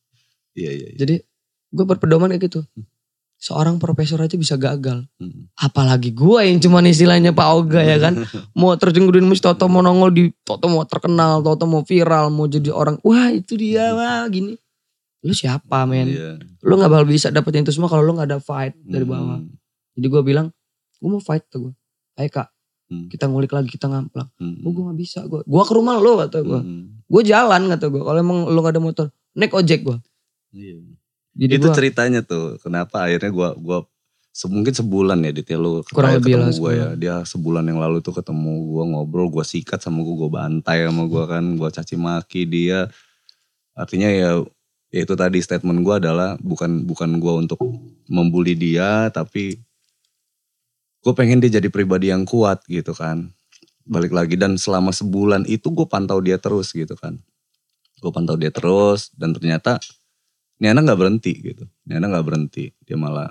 Iya. Jadi gue berpedoman kayak gitu. Seorang profesor aja bisa gagal. Apalagi gue yang cuma istilahnya Pak Oga ya kan. Mau terjun ke dunia musik, toto mau nongol di, toto mau terkenal, toto mau viral, mau jadi orang. Wah itu dia wah gini. Lu siapa men? Lu gak bakal bisa dapetin itu semua kalau lu gak ada fight dari bawah. Jadi gue bilang, gue mau fight tuh gue. Ayo kak, Kita ngulik lagi, kita ngamplak. Oh gue gak bisa gue. Gue ke rumah lo kata gue. Gue jalan kata gue. Kalau emang lo gak ada motor, naik ojek gue. Iya. Jadi itu ceritanya tuh. Kenapa akhirnya gue mungkin sebulan ya Dit ya lu ketemu gue ya. Dia sebulan yang lalu tuh ketemu gue ngobrol, gue sikat sama gue bantai sama gue kan, gue caci maki dia. Artinya ya itu tadi statement gue adalah bukan gue untuk membuli dia, tapi gue pengen dia jadi pribadi yang kuat gitu kan. Balik lagi, dan selama sebulan itu gue pantau dia terus gitu kan. Gue pantau dia terus dan ternyata ini anak gak berhenti gitu. Ini anak gak berhenti, dia malah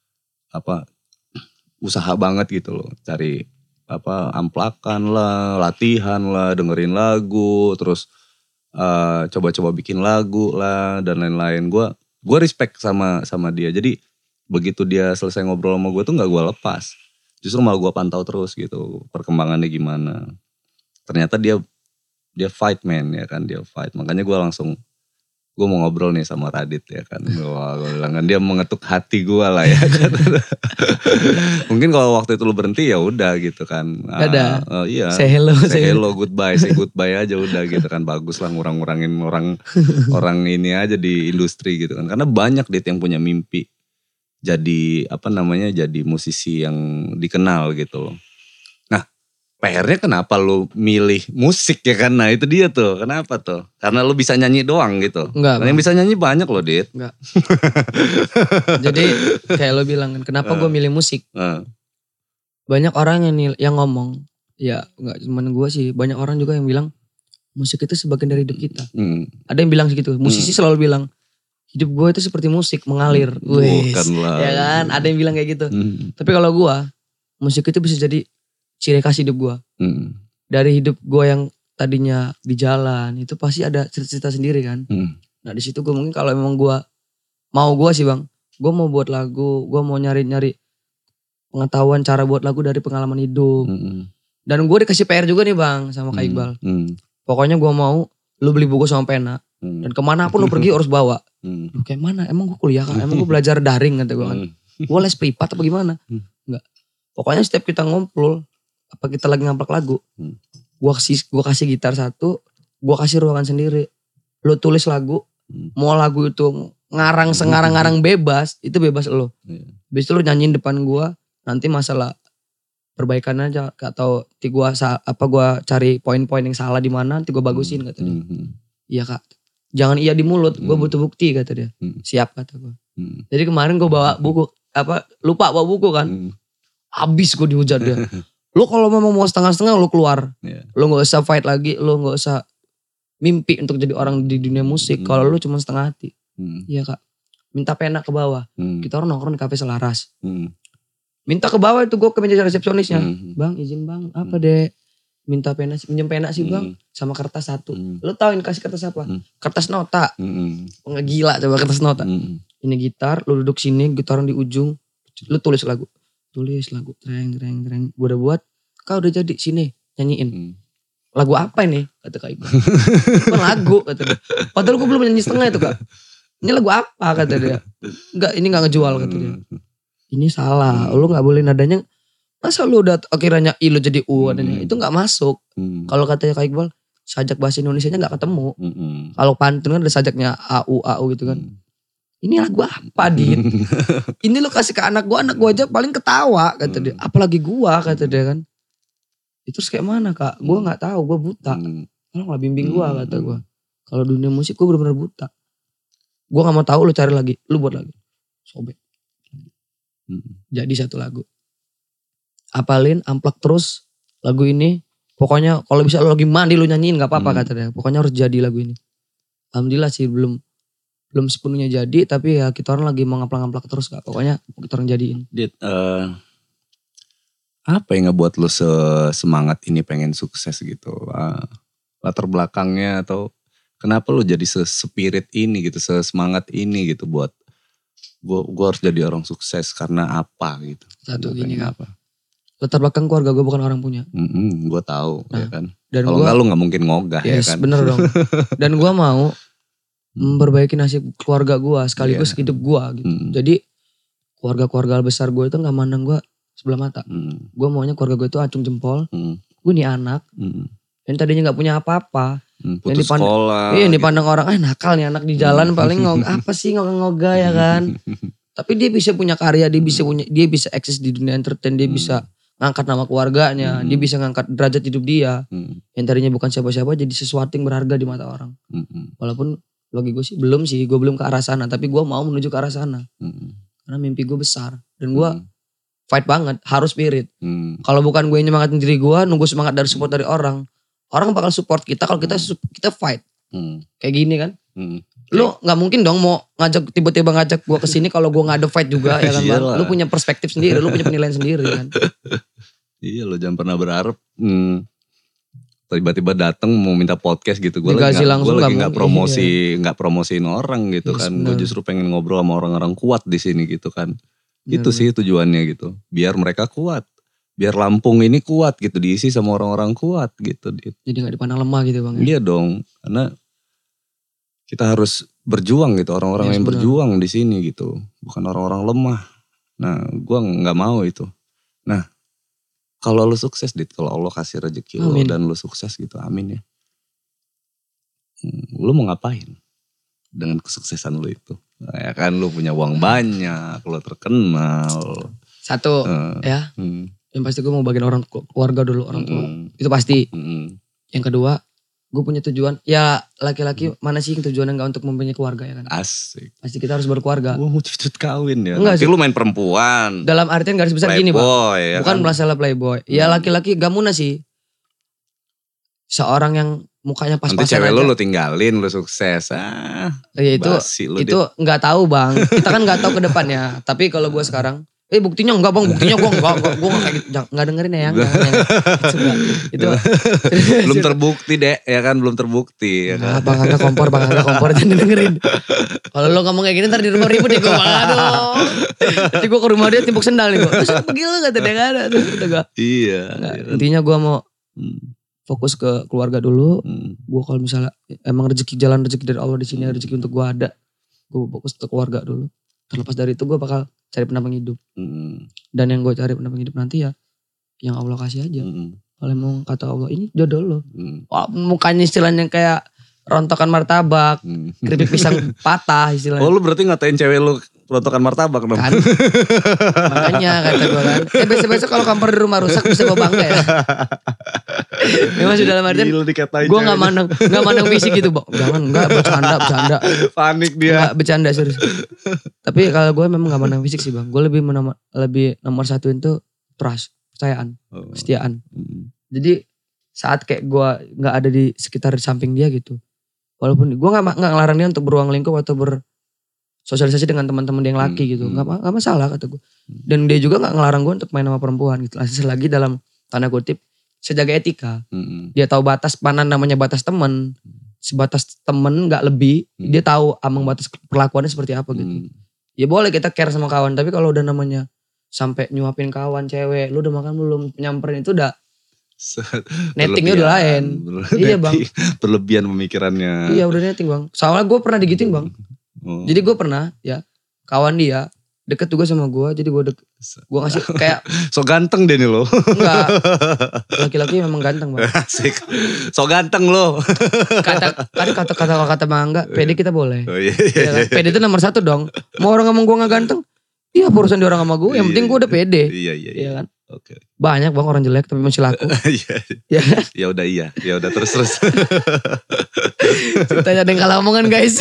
usaha banget gitu loh, cari amplakan lah, latihan lah, dengerin lagu, terus coba-coba bikin lagu lah dan lain-lain. Gue respect sama dia. Jadi begitu dia selesai ngobrol sama gue tuh nggak gue lepas, justru malah gue pantau terus gitu perkembangannya gimana. Ternyata dia fight man ya kan, dia fight. Makanya gue mau ngobrol nih sama Radit ya kan. Wah, gue bilang kan dia mengetuk hati gue lah ya kan. Mungkin kalau waktu itu lu berhenti ya udah gitu kan. Ada. Iya. Say hello, goodbye, say goodbye aja udah gitu kan. Bagus lah ngurang-ngurangin orang ini aja di industri gitu kan. Karena banyak Dit yang punya mimpi jadi jadi musisi yang dikenal gitu loh. PR-nya kenapa lu milih musik ya kan? Nah itu dia tuh, kenapa tuh? Karena lu bisa nyanyi doang gitu? Enggak. Karena yang bisa nyanyi banyak loh Dit. Enggak. Jadi kayak lo bilang kan, kenapa gue milih musik? Banyak orang yang ngomong, ya gak cuma gue sih, banyak orang juga yang bilang musik itu sebagian dari hidup kita. Ada yang bilang segitu, musisi selalu bilang, hidup gue itu seperti musik, mengalir. Bukanlah. Ya kan, ada yang bilang kayak gitu. Tapi kalau gue, musik itu bisa jadi ciri khas hidup gue. Dari hidup gue yang tadinya di jalan, itu pasti ada cerita-cerita sendiri kan. Nah di situ gue mungkin kalau memang gue sih bang, gue mau buat lagu, gue mau nyari pengetahuan cara buat lagu dari pengalaman hidup. Dan gue dikasih PR juga nih bang sama Kak Iqbal. Pokoknya gue mau lu beli buku sama pena. Dan kemana pun lu pergi harus bawa. Lu kayak mana? Emang gue kuliah kan? Emang gue belajar daring kata gue kan? Gue les privat apa gimana? Enggak. Pokoknya setiap kita ngumpul, apa kita lagi ngamplak lagu, gue kasih gitar satu, gue kasih ruangan sendiri. Lu tulis lagu, mau lagu itu ngarang sengarang-ngarang bebas, itu bebas lo. Habis itu lu nyanyiin depan gue, nanti masalah perbaikan aja atau gue cari poin-poin yang salah di mana, nanti gue bagusin kata dia. Iya kak, jangan iya di mulut, gue butuh bukti kata dia. Siap kata gue. Jadi kemarin gue bawa buku, lupa bawa buku kan, habis gue dihujat dia. Lu kalau memang mau setengah-setengah lu keluar. Lu gak usah fight lagi. Lu gak usah mimpi untuk jadi orang di dunia musik. Kalau lu cuma setengah hati. Iya kak. Minta pena ke bawah. Kita orang nongkrong di kafe Selaras. Minta ke bawah itu gue ke meja resepsionisnya. Bang izin bang. Apa deh. Minta pena. Minjem pena sih bang. Sama kertas satu. Lu tau ini kasih kertas apa? Kertas nota. Gila coba kertas nota. Ini gitar. Lu duduk sini. Gitar di ujung. Lu tulis lagu. Treng. Gue udah buat, kau udah jadi sini nyanyiin. Lagu apa ini? Kata Kak Iqbal. Bukan lagu kata dia. Padahal gue belum nyanyi setengah itu kak. Ini lagu apa kata dia. Enggak, ini gak ngejual kata dia. Ini salah, lu gak boleh nadanya. Masa lu udah akhirnya I lu jadi U adanya. Itu gak masuk. Kalau katanya Kak Iqbal, sajak bahasa Indonesianya gak ketemu. Kalau pantun kan ada sajaknya AU gitu kan. Ini lagu apa Dit? Ini lo kasih ke anak gue aja paling ketawa kata dia. Apalagi gue kata dia kan. Itu kayak mana kak? Gue gak tahu, gue buta. Tolong lah bimbing gue kata gue. Kalau dunia musik gue benar-benar buta. Gue gak mau tahu, lu cari lagi, lu buat lagi. Sobek. Jadi satu lagu. Apalin, amplak terus lagu ini. Pokoknya kalau bisa lu lagi mandi lu nyanyiin gak apa-apa kata dia. Pokoknya harus jadi lagu ini. Alhamdulillah sih belum sepenuhnya jadi, tapi ya kita orang lagi mau ngamplak-ngamplak terus kak. Pokoknya kita orang jadiin. Dit, apa yang ngebuat lu semangat ini pengen sukses gitu? Latar belakangnya atau kenapa lu jadi sespirit ini gitu, sesemangat ini gitu buat gua harus jadi orang sukses karena apa gitu? Satu gini kak. Latar belakang keluarga gue bukan orang punya. Gue tahu ya kan. Kalau enggak lu gak mungkin ngogah ya kan. Bener dong. Dan gue mau memperbaiki nasib keluarga gue sekaligus hidup gue gitu. Jadi keluarga besar gue itu gak mandang gue sebelah mata. Gue maunya keluarga gue itu acung jempol. Gue nih anak. Yang tadinya gak punya apa-apa. Putus sekolah. Iya yang dipandang gitu. Orang nakal nih anak di jalan paling apa sih ngoga ya kan. Tapi dia bisa punya karya, dia bisa eksis di dunia entertain, dia bisa ngangkat nama keluarganya, dia bisa ngangkat derajat hidup dia. Yang tadinya bukan siapa-siapa jadi sesuatu yang berharga di mata orang. Walaupun bagi gue sih gue belum ke arah sana, tapi gue mau menuju ke arah sana. Karena mimpi gue besar dan gue fight banget, harus spirit. Kalau bukan gue nyemangatin diri gue, nunggu semangat dari support dari orang bakal support kita kalau kita fight. Kayak gini kan. Lu nggak mungkin dong mau tiba-tiba ngajak gue kesini kalau gue nggak ada fight juga ya kan bang. Lu punya perspektif sendiri, lu punya penilaian sendiri kan. Iya, lu jangan pernah berharap tiba-tiba datang mau minta podcast gitu. Gue lagi nggak promosiin orang gitu kan. Gue justru pengen ngobrol sama orang-orang kuat di sini gitu kan. Itu sih tujuannya gitu. Biar mereka kuat. Biar Lampung ini kuat gitu, diisi sama orang-orang kuat gitu. Jadi gak dipandang lemah gitu bang. Iya dong, karena kita harus berjuang gitu, orang-orang yang berjuang di sini gitu. Bukan orang-orang lemah. Nah gue gak mau itu. Nah kalau lu sukses Dit, kalau Allah kasih rezeki lu dan lu sukses gitu, amin ya. Lu mau ngapain dengan kesuksesan lu itu? Nah, ya kan lu punya uang banyak, lu terkenal. Satu ya. Yang pasti gue mau bagian orang keluarga dulu, orang tua. Itu pasti. Yang kedua, gue punya tujuan. Ya laki-laki mana sih yang tujuannya gak untuk mempunyai keluarga ya kan? Asik. Pasti kita harus berkeluarga. Mau cucut kawin ya? Enggak, nanti lu main perempuan. Dalam artian garis besar gini bang. Ya bukan kan? masalah playboy. Ya laki-laki gak muna sih. Seorang yang mukanya pas-pasan aja. Nanti cewek lu tinggalin, lu sukses. Ya itu gak tahu bang. Kita kan gak tahu ke depannya. Tapi kalau gue sekarang. Buktinya enggak bang, buktinya gue kayak gitu, enggak dengerin ya yang. Itu belum terbukti deh, ya kan belum terbukti. Ya kan? Bang Angga kompor jangan dengerin. Kalau lo ngomong kayak gini ntar di rumah ribut deh gue, aduh. Nanti gue ke rumah dia timpuk sendal nih gue. Terus pergi lo kata dia gak ada. Iya. Intinya gue mau fokus ke keluarga dulu. Gue kalau misalnya emang jalan rezeki dari Allah di sini, rezeki untuk gue ada. Gue fokus ke keluarga dulu. Terlepas dari itu gue bakal cari pendamping hidup. Dan yang gue cari pendamping hidup nanti ya yang Allah kasih aja. Kalau mau kata Allah ini jodoh lo. Wah, mukanya istilahnya kayak rontokan martabak, keripik pisang patah istilahnya. Oh lu berarti ngatain cewek lu rontokan martabak dong? Kan? Makanya kata gue kan. Besok-besok kalau kamper di rumah rusak bisa bawa bangga ya. Memang sudah dalam artian gue gak mandang fisik gitu. Jangan, enggak bercanda. Panik dia. Enggak bercanda serius. Tapi kalau gue memang gak mandang fisik sih bang. Gue lebih nomor satu itu trust, percayaan, kesetiaan. Jadi saat kayak gue gak ada di sekitar samping dia gitu. Walaupun gue gak ngelarang dia untuk beruang lingkup atau bersosialisasi dengan teman-teman dia yang laki gitu. Gak masalah kata gue. Dan dia juga gak ngelarang gue untuk main sama perempuan gitu. Selagi dalam tanda kutip sejaga etika. Dia tahu batas mana namanya batas teman. Sebatas temen gak lebih. Dia tahu ambang batas perlakuannya seperti apa gitu. Ya boleh kita care sama kawan. Tapi kalau udah namanya sampai nyuapin kawan cewek. Lu udah makan belum? Nyamperin itu udah nettingnya udah lain. Iya bang. Berlebihan pemikirannya. Iya udah netting bang. Soalnya gue pernah digituin bang. Jadi gue pernah ya. Kawan dia deket juga sama gue. Jadi gue ngasih kayak. So ganteng deh nih lo. Enggak. Laki-laki memang ganteng bang. Asik. So ganteng lo. Kata Bang Angga. Pede kita boleh. Oh, iya. Ya kan? Pede itu nomor satu dong. Mau orang ngomong gue gak ganteng. Iya urusan dia orang sama gue. Yang penting gue udah pede. Iya kan. Oke. Banyak bang orang jelek tapi masih laku. Iya. Ya udah iya. Ya udah terus. Ceritanya ada yang kalah omongan guys.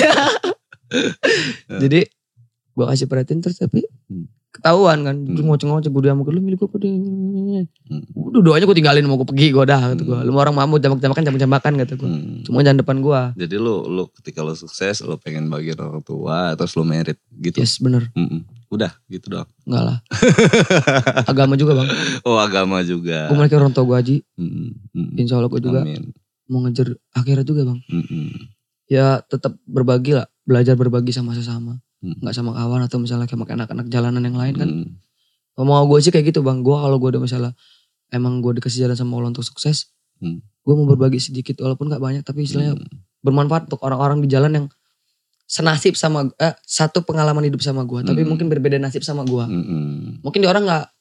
Jadi gue kasih perhatian terus tapi ketahuan kan. Terus ngoceh-ngoceh gue sama lu milik gue pada. Udah doanya gue tinggalin mau gue pergi gue dah kata gue. Lu orang mamut jambak-jambakan kata gue. Cuma jangan depan gue. Jadi lu ketika lu sukses lu pengen bagi orang tua terus lu merit gitu. Yes bener. Udah gitu doang. Enggak lah. Agama juga bang. Oh agama juga. Gue memiliki orang tua gue haji. Insya Allah gue juga. Amin. Mau ngejar akhirat juga bang. Ya tetap berbagi lah. Belajar berbagi sama sesama. Gak sama kawan atau misalnya kayak anak-anak jalanan yang lain kan. Mau gue sih kayak gitu bang. Gue kalau gue udah misalnya emang gue dikasih jalan sama Allah untuk sukses. Gue mau berbagi sedikit walaupun gak banyak. Tapi istilahnya bermanfaat untuk orang-orang di jalan yang senasib sama satu pengalaman hidup sama gue tapi mungkin berbeda nasib sama gue. Mungkin dia orang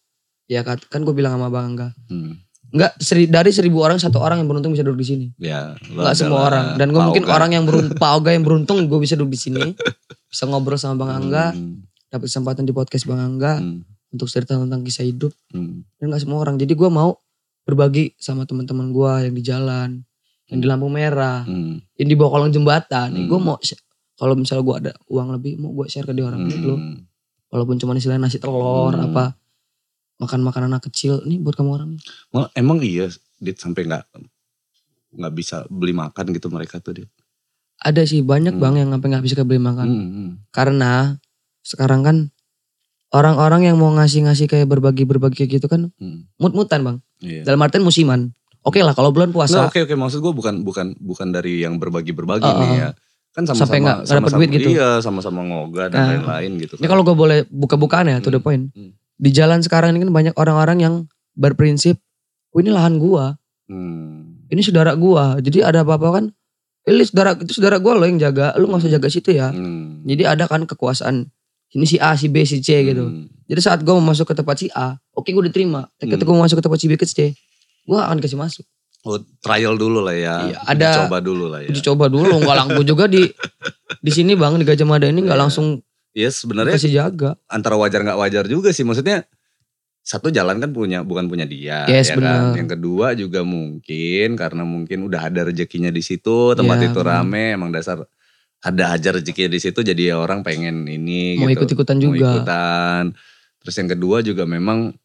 Ya kan gue bilang sama Bang Angga. Enggak, dari 1.000 orang 1 orang yang beruntung bisa duduk di sini. Ya, enggak semua orang. Dan gue mungkin orang yang Pak Oga yang beruntung gue bisa duduk di sini. Bisa ngobrol sama Bang Angga. Dapat kesempatan di podcast Bang Angga. Untuk cerita tentang kisah hidup. Dan gak semua orang. Jadi gue mau berbagi sama teman-teman gue yang di jalan. Yang di lampu merah. Yang di bawah kolong jembatan. Gue mau, kalau misalnya gue ada uang lebih, mau gue share ke dia orang gitu. Walaupun cuma istilahnya nasi telur apa. Makan makanan anak kecil, ini buat kamu orang nih. Emang iya, Dit, sampai nggak bisa beli makan gitu mereka tuh, Dit? Ada sih banyak Bang yang sampai nggak bisa beli makan. Karena sekarang kan orang-orang yang mau ngasih kayak berbagi kayak gitu kan mut-mutan Bang. Iya. Dalam artian musiman. Oke lah kalau bulan puasa. Oke, maksud gue bukan dari yang berbagi nih ya. Kan sama-sama duit gitu. Iya, sama-sama ngogah dan lain-lain gitu kan. Ini kalau gue boleh buka-bukaan ya, to the point. Di jalan sekarang ini kan banyak orang-orang yang berprinsip, ini lahan gua, ini saudara gua. Jadi ada apa-apa kan, itu saudara gua loh yang jaga, lu gak usah jaga situ ya. Jadi ada kan kekuasaan, ini si A, si B, si C gitu. Jadi saat gua mau masuk ke tempat si A, oke gua diterima. Ketika gua mau masuk ke tempat si B, ke C, gua akan dikasih masuk. Oh, trial dulu lah ya. Iya, ada coba dulu lah ya. Coba dulu, nggak langsung juga di sini Bang, di Gajah Mada ini nggak langsung. Iya sebenarnya kasih jaga. Antara wajar nggak wajar juga sih, maksudnya satu jalan kan bukan punya dia, yes, ya kan. Yang kedua juga mungkin karena mungkin udah ada rezekinya di situ, tempat itu rame, emang dasar ada aja rezekinya di situ, jadi orang pengen ini. Mau gitu. ikut-ikutan juga. Mau ikutan. Terus yang kedua juga memang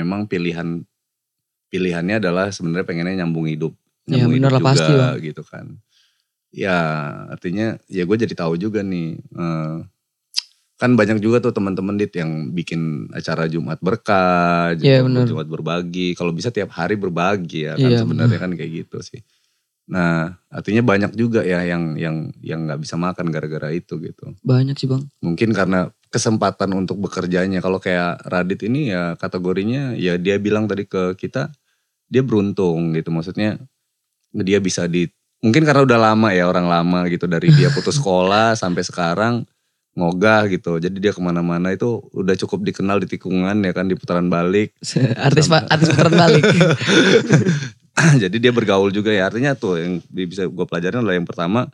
pilihannya adalah sebenarnya pengennya nyambung hidup juga pasti, Bang. Gitu kan. Ya artinya ya gue jadi tahu juga nih. Kan banyak juga tuh teman-teman Dit yang bikin acara Jumat Berkah, Jumat berbagi. Kalau bisa tiap hari berbagi ya kan sebenarnya kan kayak gitu sih. Nah artinya banyak juga ya yang nggak bisa makan gara-gara itu gitu. Banyak sih Bang. Mungkin karena kesempatan untuk bekerjanya. Kalau kayak Radit ini ya kategorinya ya dia bilang tadi ke kita dia beruntung gitu. Maksudnya dia bisa mungkin karena udah lama ya, orang lama gitu, dari dia putus sekolah sampai sekarang ngogah gitu. Jadi dia kemana-mana itu udah cukup dikenal di tikungan ya kan, di putaran balik. artis putaran balik. Jadi dia bergaul juga ya. Artinya tuh yang bisa gue pelajarin adalah yang pertama,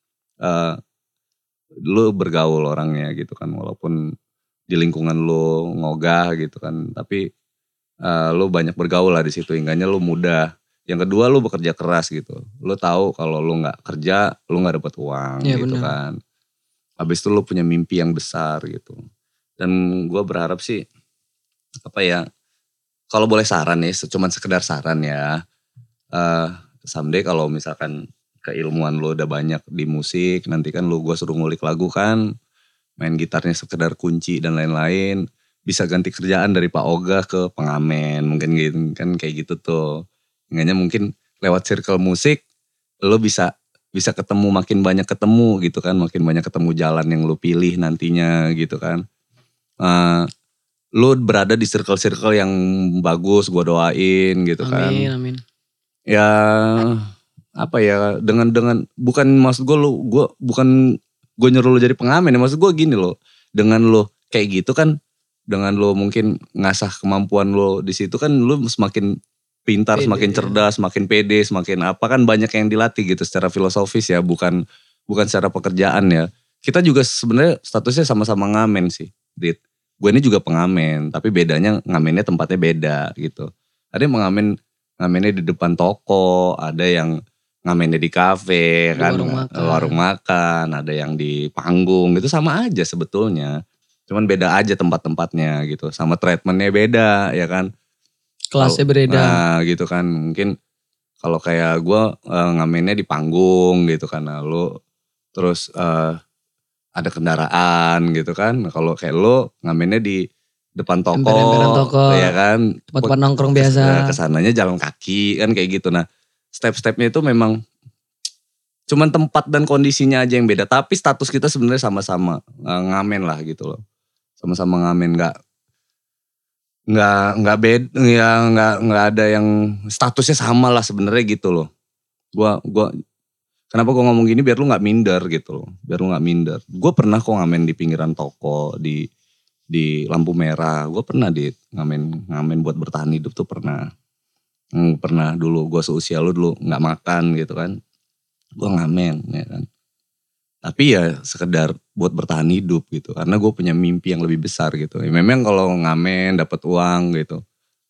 lu bergaul orangnya gitu kan. Walaupun di lingkungan lu ngogah gitu kan. Tapi lu banyak bergaul lah di situ. Hingganya lu mudah. Yang kedua lu bekerja keras gitu. Lu tahu kalau lu gak kerja, lu gak dapat uang gitu bener. Kan. Habis itu lu punya mimpi yang besar gitu. Dan gue berharap sih, kalau boleh saran nih, cuma sekedar saran ya. Someday kalau misalkan keilmuan lu udah banyak di musik, nanti kan gue suruh ngulik lagu kan, main gitarnya sekedar kunci dan lain-lain, bisa ganti kerjaan dari Pak Oga ke pengamen, mungkin gitu kan, kayak gitu tuh. Ingatnya mungkin lewat circle musik, lu bisa ketemu, makin banyak ketemu gitu kan. Makin banyak ketemu jalan yang lu pilih nantinya gitu kan. Lu berada di circle-circle yang bagus, gue doain gitu kan. Amin. Ya dengan bukan maksud gue bukan gue nyuruh lu jadi pengamen ya. Maksud gue gini loh, dengan lu kayak gitu kan, dengan lu mungkin ngasah kemampuan lu di situ kan, lu semakin pintar, semakin cerdas, semakin pede, semakin apa kan, banyak yang dilatih gitu secara filosofis ya, bukan secara pekerjaan ya. Kita juga sebenarnya statusnya sama-sama ngamen sih, Dit. Gue ini juga pengamen, tapi bedanya ngamennya tempatnya beda gitu. Ada yang ngamennya di depan toko, ada yang ngamennya di kafe kan, warung makan, ada yang di panggung, gitu sama aja sebetulnya. Cuman beda aja tempat-tempatnya gitu, sama treatmentnya beda ya kan. Kelasnya beda. Nah gitu kan, mungkin kalau kayak gue ngamennya di panggung gitu kan, lalu terus ada kendaraan gitu kan. Kalau kayak lo ngamennya di depan toko, ya kan, tempat nongkrong biasa. Kesananya jalan kaki kan kayak gitu. Nah step-stepnya itu memang cuman tempat dan kondisinya aja yang beda, tapi status kita sebenarnya sama-sama ngamen lah gitu loh, sama-sama ngamen, nggak beda ya, nggak ada yang statusnya sama lah sebenarnya gitu loh. Gua kenapa gue ngomong gini, biar lu nggak minder gitu loh, biar lu nggak minder. Gue pernah kok ngamen di pinggiran toko, di di lampu merah. Gue pernah ngamen buat bertahan hidup tuh pernah. Pernah dulu gue seusia lu dulu gak makan gitu kan. Gue ngamen ya kan. Tapi ya sekedar buat bertahan hidup gitu. Karena gue punya mimpi yang lebih besar gitu. Ya memang kalau ngamen dapat uang gitu.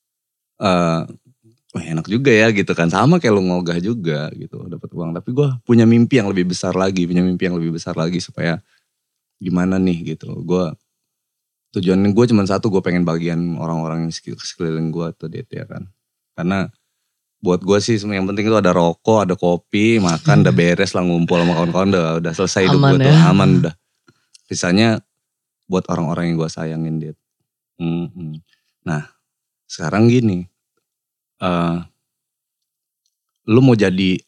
Enak juga ya gitu kan. Sama kayak lu ngogah juga gitu dapat uang. Tapi gue punya mimpi yang lebih besar lagi. Supaya gimana nih gitu. Tujuan gue cuma satu. Gue pengen bagian orang-orang yang sekeliling gue tuh Dit ya kan. Karena buat gue sih yang penting itu ada rokok, ada kopi, makan, udah beres lah ngumpul sama kawan-kawan, udah selesai hidup gue tuh, aman udah. Sisanya buat orang-orang yang gue sayangin Dit. Nah sekarang gini, lu mau jadi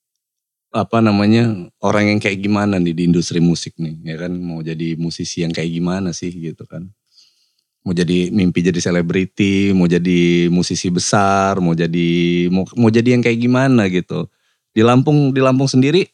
orang yang kayak gimana nih di industri musik nih ya kan, mau jadi musisi yang kayak gimana sih gitu kan. Mau jadi mimpi jadi selebriti, mau jadi musisi besar, mau jadi yang kayak gimana gitu. Di Lampung sendiri,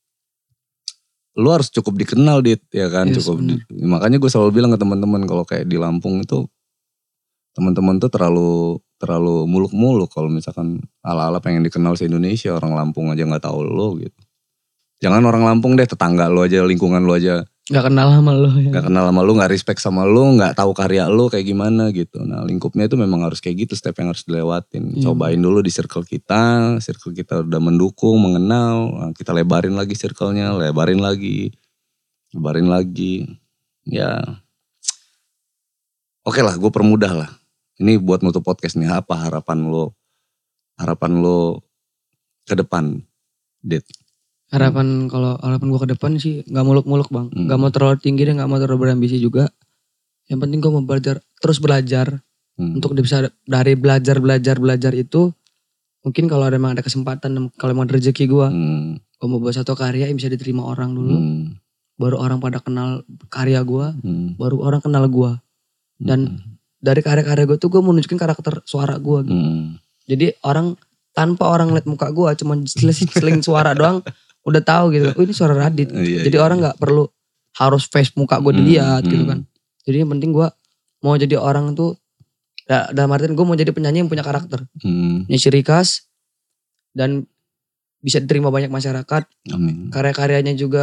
lu harus cukup dikenal Dit, ya kan? Yes, cukup. Makanya gue selalu bilang ke teman-teman kalau kayak di Lampung itu teman-teman tuh terlalu muluk-muluk kalau misalkan ala-ala pengen dikenal se-Indonesia, orang Lampung aja nggak tahu lo gitu. Jangan orang Lampung deh, tetangga lu aja, lingkungan lu aja. Gak kenal sama lu ya. Gak kenal sama lu, gak respect sama lu, gak tahu karya lu kayak gimana gitu. Nah lingkupnya itu memang harus kayak gitu, step yang harus dilewatin. Cobain dulu di circle kita udah mendukung, mengenal. Nah, kita lebarin lagi circle-nya, lebarin lagi. Ya oke lah, gue permudah lah. Ini buat nutup podcast nih, apa harapan lo ke depan, Dit? Harapan gue ke depan sih gak muluk-muluk bang. Gak mau terlalu tinggi dan gak mau terlalu berambisi juga. Yang penting gue mau terus belajar. Untuk bisa dari belajar itu. Mungkin kalau memang ada kesempatan, kalau emang rezeki gue. Gue mau buat satu karya yang bisa diterima orang dulu. Baru orang pada kenal karya gue. Baru orang kenal gue. Dan dari karya-karya gue tuh gue mau nunjukin karakter suara gue gitu. Jadi tanpa orang lihat muka gue, cuma seling suara doang. Udah tahu gitu, ini suara Radit. Jadi orang gak perlu harus face muka gue dilihat gitu kan. Jadi yang penting gue mau jadi orang tuh, dalam artian gue mau jadi penyanyi yang punya karakter. Punya ciri khas, dan bisa diterima banyak masyarakat. Amin. Karya-karyanya juga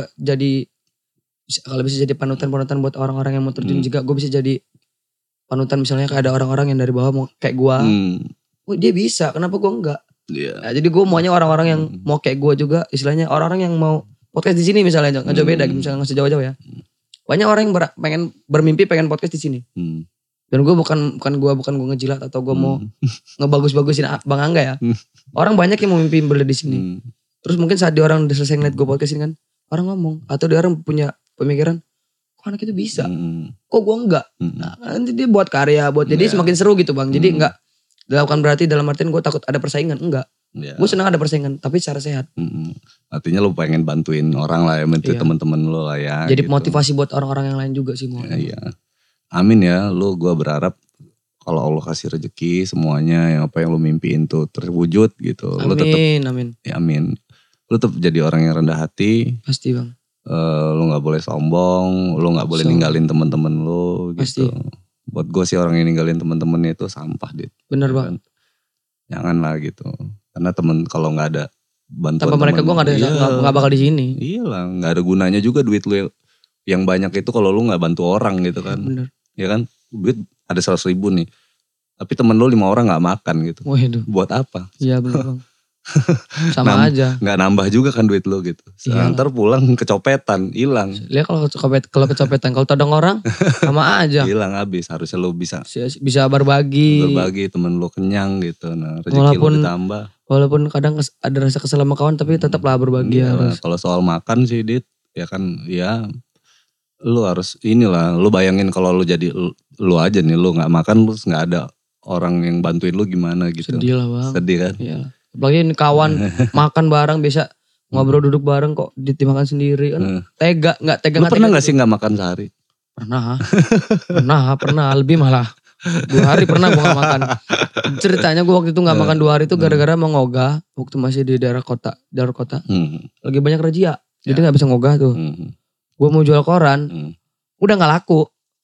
kalau bisa jadi panutan-panutan buat orang-orang yang mau terjun juga. Gue bisa jadi panutan misalnya kayak ada orang-orang yang dari bawah mau kayak gue. Oh dia bisa, kenapa gue enggak? Nah, jadi gue maunya orang-orang yang mau kayak gue juga, istilahnya orang-orang yang mau podcast di sini misalnya, nggak jauh beda, misalnya nggak sejauh-jauh ya. Banyak orang yang pengen bermimpi pengen podcast di sini. Dan gue bukan gue ngejilat atau gue mau ngebagus-bagusin Bang Angga ya. Orang banyak yang mau mimpi berada di sini. Terus mungkin saat dia orang udah selesai ngeliat gue podcast ini kan, orang ngomong atau dia orang punya pemikiran, kok anak itu bisa, kok gue enggak. Nah, nanti dia buat karya, jadi semakin seru gitu bang. Jadi enggak dilakukan berarti dalam artian gue takut ada persaingan, enggak. Gue senang ada persaingan, tapi secara sehat. Artinya lo pengen bantuin orang lah ya, bantuin teman-teman lo lah ya. Jadi gitu. motivasi buat orang-orang yang lain juga sih. Iya. Amin ya, gue berharap kalau Allah kasih rezeki semuanya yang apa yang lo mimpiin tuh terwujud gitu. Amin, lo tetep, amin. Ya amin. Lo tetap jadi orang yang rendah hati. Pasti bang. Lo gak boleh sombong, lo gak boleh ninggalin teman-teman lo gitu. Pasti. Buat gue sih orang yang ninggalin teman-temannya itu sampah Dit. Bener bang. Jangan lah gitu. Karena kalau gak ada bantuan tanpa mereka gue gak bakal di sini. Iya lah, gak ada gunanya juga duit lu yang banyak itu kalau lu gak bantu orang gitu kan. Bener. Ya kan, duit ada 100.000 nih. Tapi temen lu 5 orang gak makan gitu. Waduh. Buat apa? Iya bener bang. Sama aja. Gak nambah juga kan duit lu gitu. Ntar pulang kecopetan, hilang. Lihat kalau kecopetan, kalau todong orang sama aja. Hilang habis, harusnya lu bisa berbagi. Berbagi, temen lu kenyang gitu. Nah rezeki lu ditambah. Walaupun kadang ada rasa kesel sama kawan, tapi tetaplah berbagi. Kalau soal makan sih Dit, ya kan ya lu harus lu bayangin kalau lu jadi lu aja nih, lu gak makan terus gak ada orang yang bantuin lu gimana gitu. Sedih lah bang. Sedih kan. Iya. Apalagi kawan makan bareng bisa ngobrol duduk bareng kok dimakan sendiri kan. Gak tega. Lu pernah gak sih gak makan sehari? Pernah lebih malah. 2 hari pernah gue gak makan. Ceritanya gue waktu itu gak makan 2 hari itu gara-gara mau ngogah. Waktu masih di daerah kota. Lagi banyak razia. Jadi gak bisa ngogah tuh. Gue mau jual koran. Udah gak laku.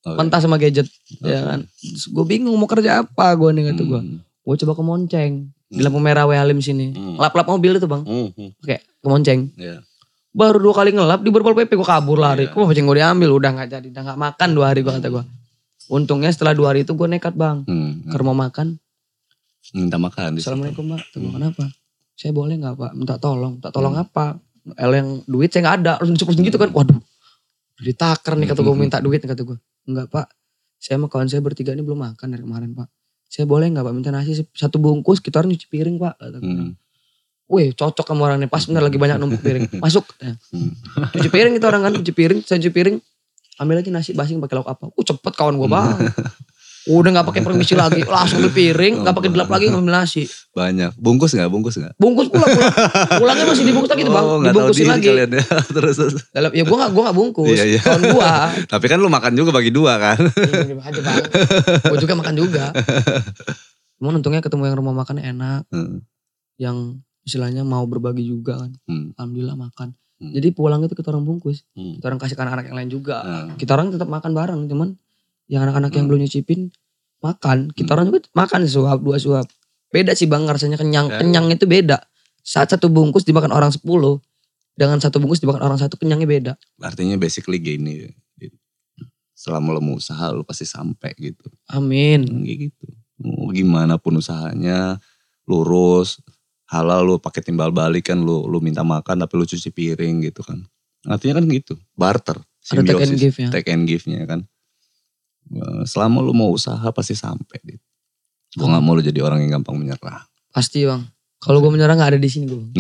mentah sama gadget. Ya kan. Gue bingung mau kerja apa gue nih kata gue. Gue coba ke Monceng. Di lampu merah Halim sini. Lap-lap mobil itu bang. Oke, ke Monceng. Baru 2 kali ngelap di Borpol PP gue kabur lari. Kok Monceng gue diambil. Udah gak jadi. Udah gak makan 2 hari gue kata gue. Untungnya setelah 2 hari itu gue nekat bang. Ke rumah makan. Minta makan. Assalamualaikum mbak. Kenapa? Saya boleh gak pak? Minta tolong. Minta tolong apa? Yang duit saya gak ada. Harus gitu kan. Waduh. Ditaker nih kata gue minta duit kata gue. Enggak pak. Saya sama kawan saya bertiga ini belum makan dari kemarin pak. Saya boleh gak pak minta nasi 1 bungkus. Kita harus nyuci piring pak. Kata gue. Wih cocok sama orangnya. Pas bener lagi banyak numpuk piring. Masuk. Cuci piring itu orang kan. Cuci piring. Saya cuci piring. Ambil aja nasi basing pakai lauk apa. Cepet kawan gue bang. Udah gak pakai permisi lagi. Langsung ambil piring. Gak pakai dilap lagi ngambil nasi. Banyak. Bungkus gak? Bungkus pulang. Pulangnya masih dibungkus lagi tuh bang. Dibungkusin lagi. Ya. Terus. Ya gue gak bungkus. Iya. Kawan gue. Tapi kan lu makan juga bagi 2 kan. Iya aja bang. Gue juga makan juga. Cuman untungnya ketemu yang rumah makannya enak. Yang istilahnya mau berbagi juga kan. Alhamdulillah makan. Jadi pulang itu kita orang bungkus. Kita orang kasih ke anak-anak yang lain juga. Kita orang tetap makan bareng. Cuman yang anak-anak yang belum nyicipin makan. Kita orang juga makan suap 2 suap. Beda sih bang rasanya kenyang. Kenyang itu beda. Saat 1 bungkus dimakan orang 10. Dengan 1 bungkus dimakan orang 1 kenyangnya beda. Artinya basically gini. Selama lo mau usaha lo pasti sampai gitu. Amin. Gitu. Gimana pun usahanya. Lurus. Halal lu pakai timbal balik kan lu minta makan tapi lu cuci piring gitu kan. Artinya kan gitu. Barter. Ada take and give ya. Take and give-nya kan. Selama lu mau usaha pasti sampai gitu. Gue gak mau lu jadi orang yang gampang menyerah. Pasti bang. Kalau gue menyerah gak ada di sini gue.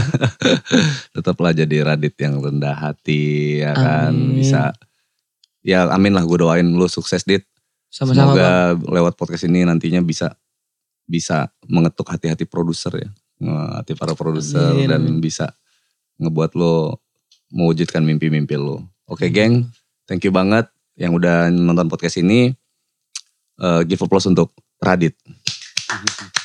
Tetaplah jadi Radit yang rendah hati ya kan. Bisa. Ya amin lah gue doain lu sukses Dit. Sama-sama semoga bang. Lewat podcast ini nantinya bisa mengetuk hati-hati produser ya. Hati para produser dan bisa ngebuat lo mewujudkan mimpi-mimpi lo. Oke geng, thank you banget yang udah nonton podcast ini. Give applause untuk Radit.